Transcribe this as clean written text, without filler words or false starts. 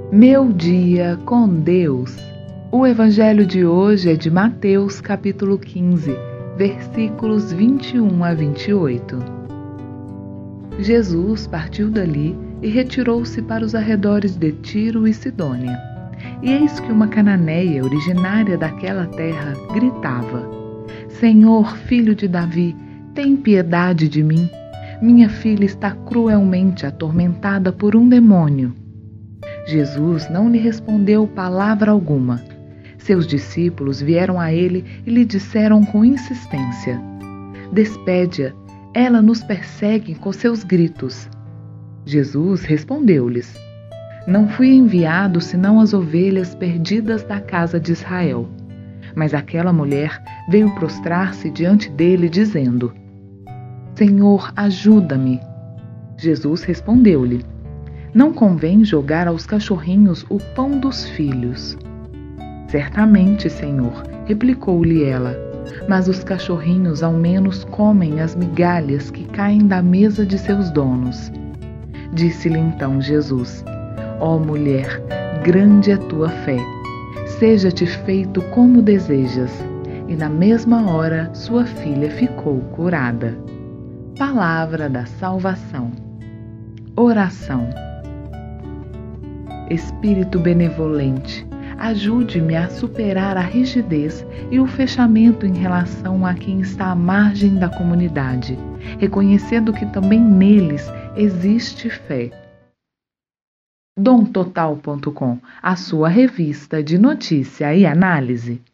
Meu dia com Deus. O evangelho de hoje é de Mateus, capítulo 15, versículos 21 a 28. Jesus partiu dali e retirou-se para os arredores de Tiro e Sidônia. E eis que uma cananeia, originária daquela terra, gritava: Senhor, filho de Davi, tem piedade de mim. Minha filha está cruelmente atormentada por um demônio. Jesus não lhe respondeu palavra alguma. Seus discípulos vieram a ele e lhe disseram com insistência: Despede-a, ela nos persegue com seus gritos. Jesus respondeu-lhes: Não fui enviado senão as ovelhas perdidas da casa de Israel. Mas aquela mulher veio prostrar-se diante dele, dizendo: Senhor, ajuda-me. Jesus respondeu-lhe: Não convém jogar aos cachorrinhos o pão dos filhos. Certamente, Senhor, replicou-lhe ela, mas os cachorrinhos ao menos comem as migalhas que caem da mesa de seus donos. Disse-lhe então Jesus: Ó mulher, grande é tua fé, seja-te feito como desejas. E na mesma hora sua filha ficou curada. Palavra da salvação. Oração. Espírito benevolente, ajude-me a superar a rigidez e o fechamento em relação a quem está à margem da comunidade, reconhecendo que também neles existe fé. domtotal.com, a sua revista de notícia e análise.